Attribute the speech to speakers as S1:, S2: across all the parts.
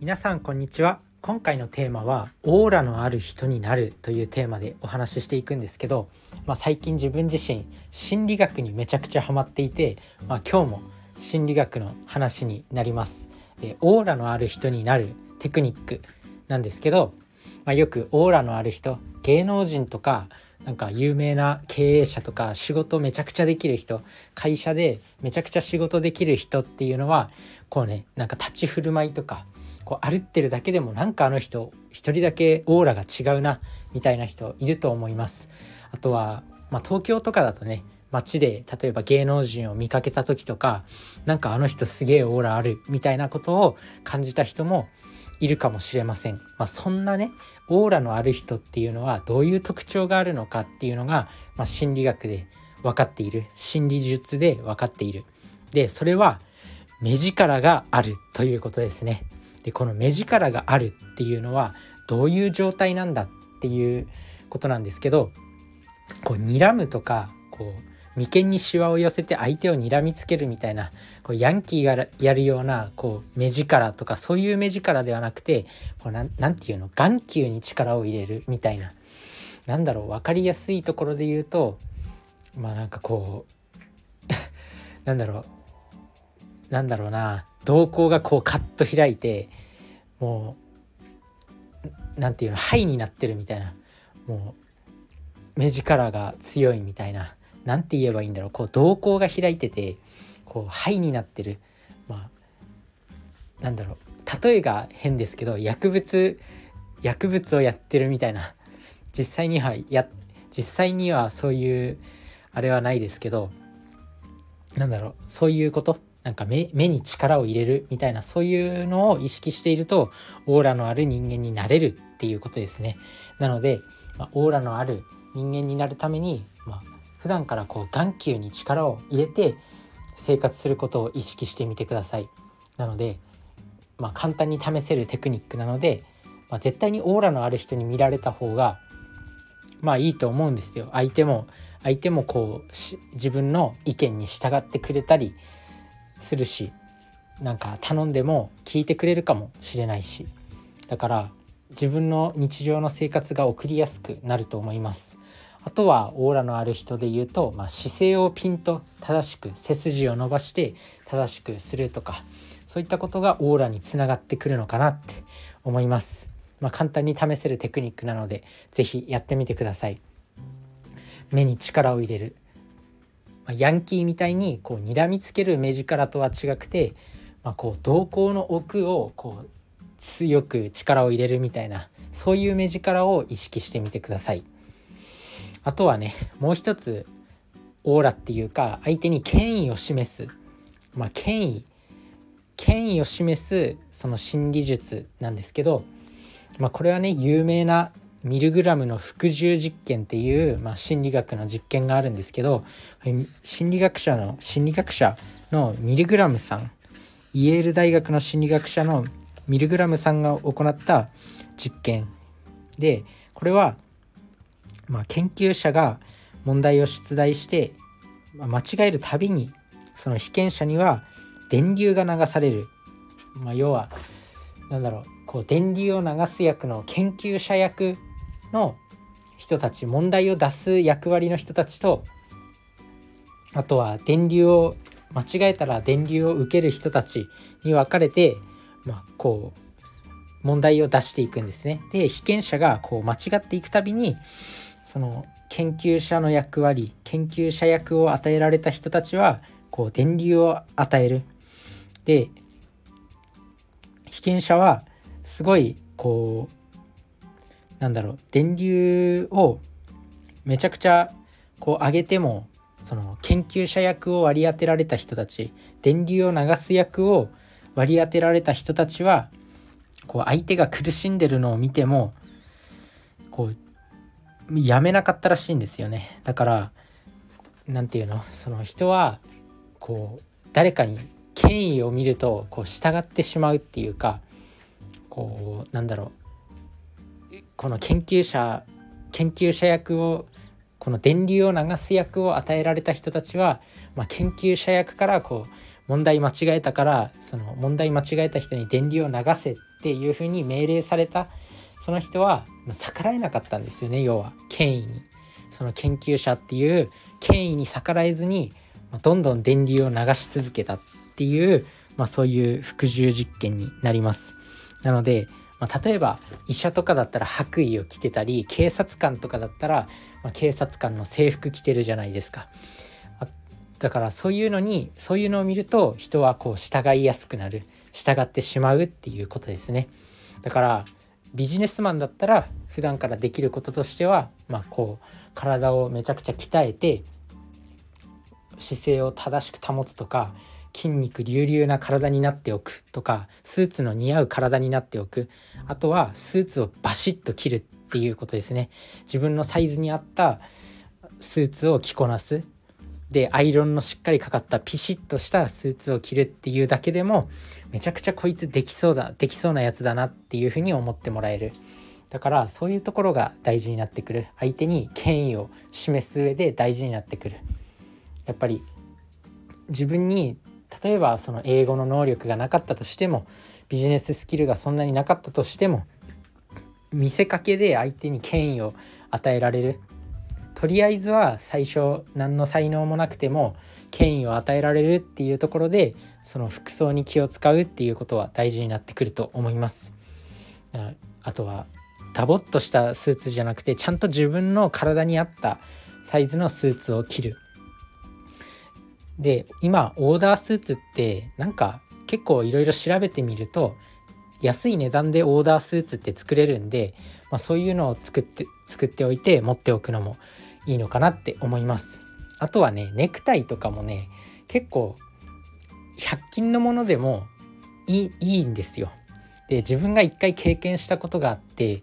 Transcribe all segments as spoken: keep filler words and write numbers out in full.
S1: 皆さんこんにちは。今回のテーマはオーラのある人になるというテーマでお話ししていくんですけど、まあ、最近自分自身心理学にめちゃくちゃハマっていて、まあ、今日も心理学の話になります。でオーラのある人になるテクニックなんですけど、まあ、よくオーラのある人、芸能人とかなんか有名な経営者とか仕事めちゃくちゃできる人、会社でめちゃくちゃ仕事できる人っていうのはこうね、なんか立ち振る舞いとかこう歩ってるだけでもなんかあの人一人だけオーラが違うなみたいな人いると思います。あとは、まあ、東京とかだとね、街で例えば芸能人を見かけた時とか、なんかあの人すげえオーラあるみたいなことを感じた人もいるかもしれません。まあ、そんなねオーラのある人っていうのはどういう特徴があるのかっていうのが、まあ、心理学で分かっている、心理術で分かっている。でそれは目力があるということですね。でこの目力があるっていうのはどういう状態なんだっていうことなんですけど、こう睨むとかこう眉間にシワを寄せて相手を睨みつけるみたいな、こうヤンキーがやるようなこう目力とかそういう目力ではなくて、こうなん、なんていうの、眼球に力を入れるみたいな、なんだろう、分かりやすいところで言うと、まあなんかこうなんだろうなんだろうな瞳孔がこうカッと開いて、もうなんていうの、ハイになってるみたいな、もう目力が強いみたいな、なんて言えばいいんだろう、こう瞳孔が開いててこうハイになってる、まあなんだろう、例えが変ですけど、薬物薬物をやってるみたいな、実際にはや実際にはそういうあれはないですけど、なんだろう、そういうこと、なんか 目, 目に力を入れるみたいな、そういうのを意識しているとオーラのある人間になれるっていうことですね。なので、まあ、オーラのある人間になるために、まあ、普段からこう眼球に力を入れて生活することを意識してみてください。なので、まあ、簡単に試せるテクニックなので、まあ、絶対にオーラのある人に見られた方がまあいいと思うんですよ。相手も相手もこう自分の意見に従ってくれたりするし、なんか頼んでも聞いてくれるかもしれないし、だから自分の日常の生活が送りやすくなると思います。あとはオーラのある人で言うと、まあ、姿勢をピンと正しく、背筋を伸ばして正しくするとか、そういったことがオーラにつながってくるのかなって思います。まあ、簡単に試せるテクニックなのでぜひやってみてください。目に力を入れる、まあ、ヤンキーみたいにこう睨みつける目力とは違くて、まあ、こう瞳孔の奥をこう強く力を入れるみたいな、そういう目力を意識してみてください。あとはね、もう一つオーラっていうか相手に権威を示す、まあ、権威権威を示すその心理術なんですけど、まあ、これはね有名なミルグラムの服従実験っていう、まあ、心理学の実験があるんですけど、心理学者の心理学者のミルグラムさん、イェール大学の心理学者のミルグラムさんが行った実験で、これは、まあ、研究者が問題を出題して、まあ、間違えるたびにその被験者には電流が流される、まあ、要はなんだろう、こう電流を流す役の研究者役の人たち、問題を出す役割の人たちと、あとは電流を間違えたら電流を受ける人たちに分かれて、まあ、こう問題を出していくんですね。で被験者がこう間違っていくたびに、その研究者の役割、研究者役を与えられた人たちはこう電流を与える。で被験者はすごいこうなんだろう、電流をめちゃくちゃこう上げても、その研究者役を割り当てられた人たち、電流を流す役を割り当てられた人たちはこう相手が苦しんでるのを見てもこうやめなかったらしいんですよね。だからなんていうの、その人はこう誰かに権威を見るとこう従ってしまうっていうか、こうなんだろう、この研究者研究者役を、この電流を流す役を与えられた人たちは、まあ、研究者役からこう問題間違えたから、その問題間違えた人に電流を流せっっていうふうに命令されたその人は逆らえなかったんですよね。要は権威に、その研究者っていう権威に逆らえずにどんどん電流を流し続けたっていう、まあ、そういう服従実験になります。なので、まあ、例えば医者とかだったら白衣を着てたり、警察官とかだったら、まあ、警察官の制服着てるじゃないですか。だからそういうのにそういうのを見ると人はこう従いやすくなる、従ってしまうっていうことですね。だからビジネスマンだったら普段からできることとしては、まあこう体をめちゃくちゃ鍛えて姿勢を正しく保つとか、筋肉隆々な体になっておくとか、スーツの似合う体になっておく、あとはスーツをバシッと着るっていうことですね。自分のサイズに合ったスーツを着こなす。でアイロンのしっかりかかったピシッとしたスーツを着るっていうだけでもめちゃくちゃこいつできそうだできそうなやつだなっていうふうに思ってもらえる。だからそういうところが大事になってくる。相手に権威を示す上で大事になってくる。やっぱり自分に例えばその英語の能力がなかったとしても、ビジネススキルがそんなになかったとしても、見せかけで相手に権威を与えられる。とりあえずは最初何の才能もなくても権威を与えられるっていうところで、その服装に気を使うっていうことは大事になってくると思います。あとはダボっとしたスーツじゃなくて、ちゃんと自分の体に合ったサイズのスーツを着る。で今オーダースーツってなんか結構いろいろ調べてみると安い値段でオーダースーツって作れるんで、まあ、そういうのを作って作っておいて持っておくのもいいのかなって思います。あとはね、ネクタイとかもね、結構ひゃく均のものでもいい、いいんですよ。で自分が一回経験したことがあって、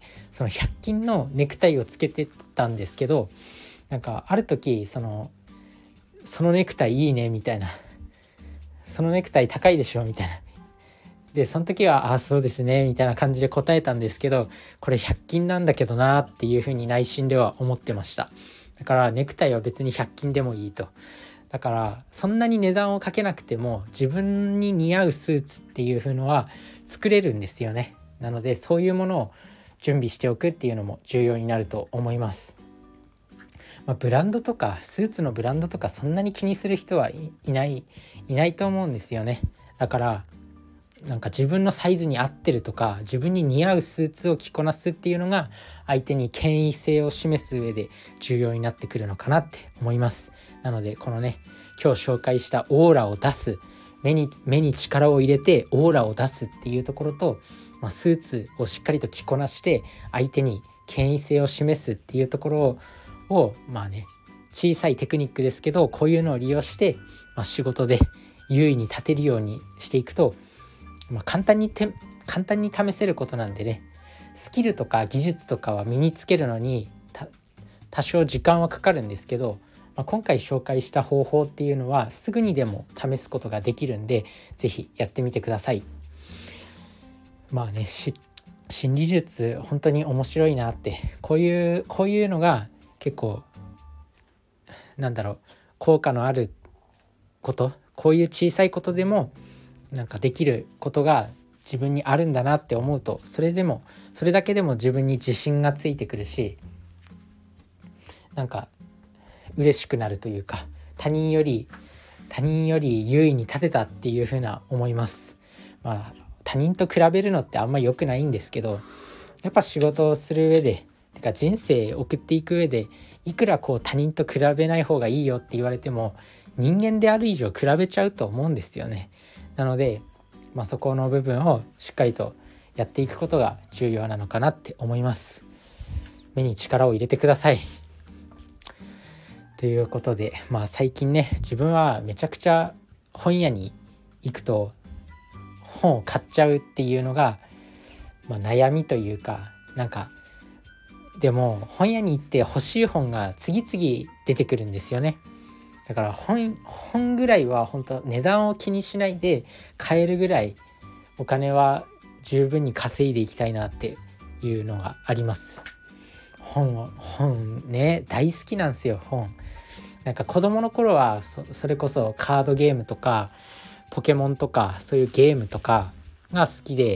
S1: そのひゃく均のネクタイをつけてたんですけど、なんかある時そのそのネクタイいいねみたいな、そのネクタイ高いでしょみたいな、でその時はあそうですねみたいな感じで答えたんですけど、これひゃく均なんだけどなっていうふうに内心では思ってました。だからネクタイは別にひゃく均でもいいと。だからそんなに値段をかけなくても自分に似合うスーツっていうのは作れるんですよね。なのでそういうものを準備しておくっていうのも重要になると思います。まあ、ブランドとかスーツのブランドとかそんなに気にする人はいないいないと思うんですよね。だからなんか自分のサイズに合ってるとか、自分に似合うスーツを着こなすっていうのが相手に権威性を示す上で重要になってくるのかなって思います。なのでこのね、今日紹介したオーラを出す、目に目に力を入れてオーラを出すっていうところと、まあ、スーツをしっかりと着こなして相手に権威性を示すっていうところを、まあね、小さいテクニックですけど、こういうのを利用して、まあ、仕事で優位に立てるようにしていくと、まあ、簡単にて簡単に試せることなんでね、スキルとか技術とかは身につけるのに多少時間はかかるんですけど、まあ、今回紹介した方法っていうのはすぐにでも試すことができるんで、ぜひやってみてください。まあね、し心理術本当に面白いなって、こういうこういうのが結構なんだろう、効果のあること、こういう小さいことでもなんかできることが自分にあるんだなって思うと、それでもそれだけでも自分に自信がついてくるし、なんか嬉しくなるというか、他人より他人より優位に立てたっていう風な思います。まあ他人と比べるのってあんま良くないんですけど、やっぱ仕事をする上でてか人生を送っていく上で、いくらこう他人と比べない方がいいよって言われても、人間である以上比べちゃうと思うんですよね。なので、まあ、そこの部分をしっかりとやっていくことが重要なのかなって思います。目に力を入れてください。ということで、まあ最近ね、自分はめちゃくちゃ本屋に行くと本を買っちゃうっていうのが、まあ、悩みというか、なんかでも本屋に行って欲しい本が次々出てくるんですよね。だから 本, 本ぐらいは本当値段を気にしないで買えるぐらいお金は十分に稼いでいきたいなっていうのがあります。本を本ね、大好きなんですよ。本なんか子供の頃は そ, それこそカードゲームとかポケモンとかそういうゲームとかが好きで、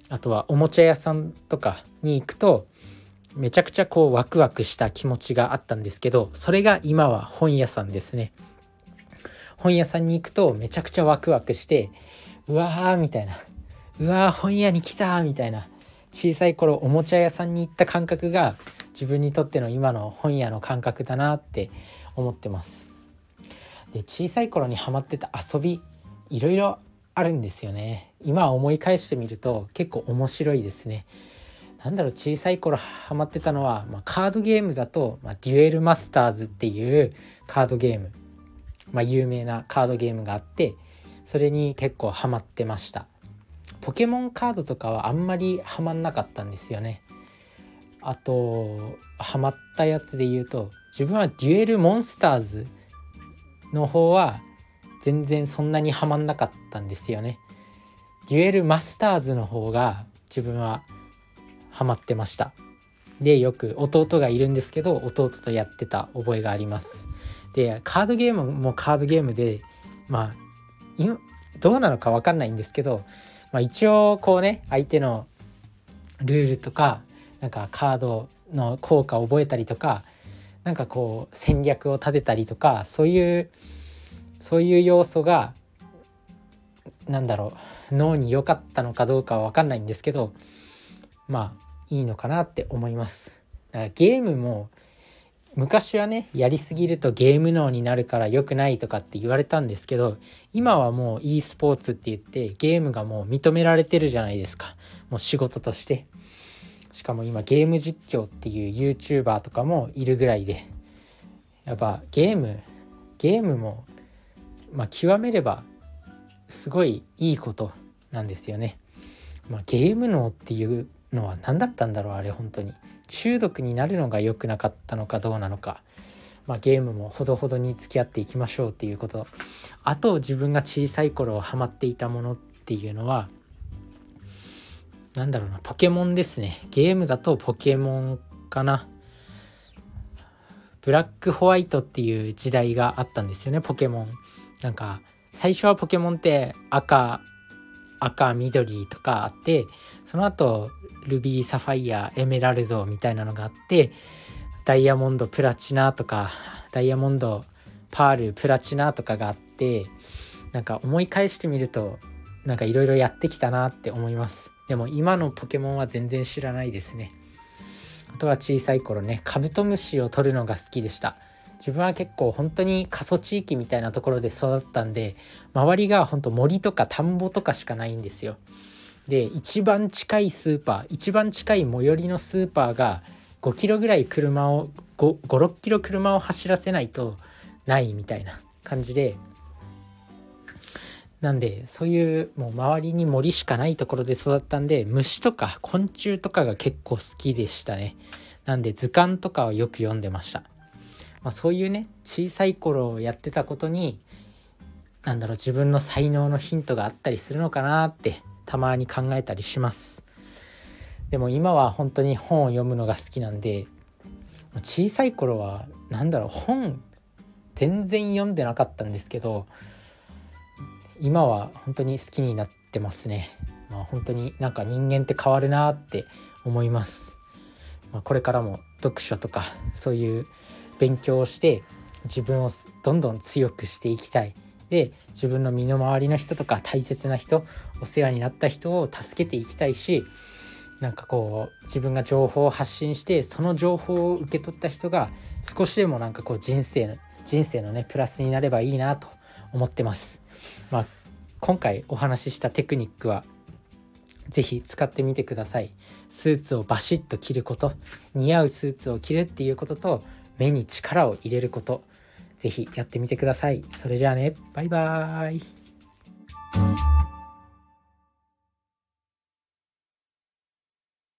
S1: あとはおもちゃ屋さんとかに行くとめちゃくちゃこうワクワクした気持ちがあったんですけど、それが今は本屋さんですね。本屋さんに行くとめちゃくちゃワクワクして、うわーみたいな、うわー本屋に来たみたいな、小さい頃おもちゃ屋さんに行った感覚が自分にとっての今の本屋の感覚だなって思ってます。で、小さい頃にハマってた遊びいろいろあるんですよね。今思い返してみると結構面白いですね。なんだろう、小さい頃ハマってたのは、まあ、カードゲームだと、まあ、デュエルマスターズっていうカードゲーム、まあ、有名なカードゲームがあって、それに結構ハマってました。ポケモンカードとかはあんまりハマんなかったんですよね。あとハマったやつで言うと、自分はデュエルモンスターズの方は全然そんなにハマんなかったんですよね。デュエルマスターズの方が自分はハマってました。で、よく弟がいるんですけど、弟とやってた覚えがあります。で、カードゲームもカードゲームで、まあ今どうなのか分かんないんですけど、まあ、一応こうね、相手のルールとかなんかカードの効果を覚えたりとか、なんかこう戦略を立てたりとか、そういうそういう要素がなんだろう、脳に良かったのかどうかは分かんないんですけど、まあいいのかなって思います。だからゲームも昔はね、やりすぎるとゲーム脳になるから良くないとかって言われたんですけど、今はもう e スポーツって言ってゲームがもう認められてるじゃないですか。もう仕事として。しかも今ゲーム実況っていう YouTuber とかもいるぐらいで、やっぱゲームゲームもまあ極めればすごいいいことなんですよね。まあ、ゲーム脳っていうのは何だったんだろう、あれ本当に中毒になるのが良くなかったのかどうなのか、まあ、ゲームもほどほどに付き合っていきましょうっていうこと。あと自分が小さい頃ハマっていたものっていうのはなんだろうな、ポケモンですね。ゲームだとポケモンかな。ブラックホワイトっていう時代があったんですよね、ポケモン。なんか最初はポケモンって赤赤緑とかあって、その後ルビーサファイアエメラルドみたいなのがあって、ダイヤモンドプラチナとかダイヤモンドパールプラチナとかがあって、なんか思い返してみるとなんかいろいろやってきたなって思います。でも今のポケモンは全然知らないですね。あとは小さい頃ね、カブトムシを取るのが好きでした。自分は結構本当に過疎地域みたいなところで育ったんで、周りが本当森とか田んぼとかしかないんですよ。で、一番近いスーパー、一番近い最寄りのスーパーがごキロぐらい車をご、ろっキロ車を走らせないとないみたいな感じで、なんでそういうもう周りに森しかないところで育ったんで、虫とか昆虫とかが結構好きでしたね。なんで図鑑とかはよく読んでました。まあ、そういうね、小さい頃やってたことになんだろう、自分の才能のヒントがあったりするのかなってたまに考えたりします。でも今は本当に本を読むのが好きなんで、小さい頃はなんだろう、本全然読んでなかったんですけど、今は本当に好きになってますね。まあ、本当になんか人間って変わるなって思います。まあ、これからも読書とかそういう勉強をして自分をどんどん強くしていきたい。で、自分の身の回りの人とか大切な人、お世話になった人を助けていきたいし、なんかこう自分が情報を発信して、その情報を受け取った人が少しでもなんかこう人生の人生のねプラスになればいいなと思ってます。まあ、今回お話ししたテクニックはぜひ使ってみてください。スーツをバシッと着ること、似合うスーツを着るっていうことと、目に力を入れること、ぜひやってみてください。それじゃあね、バイバーイ。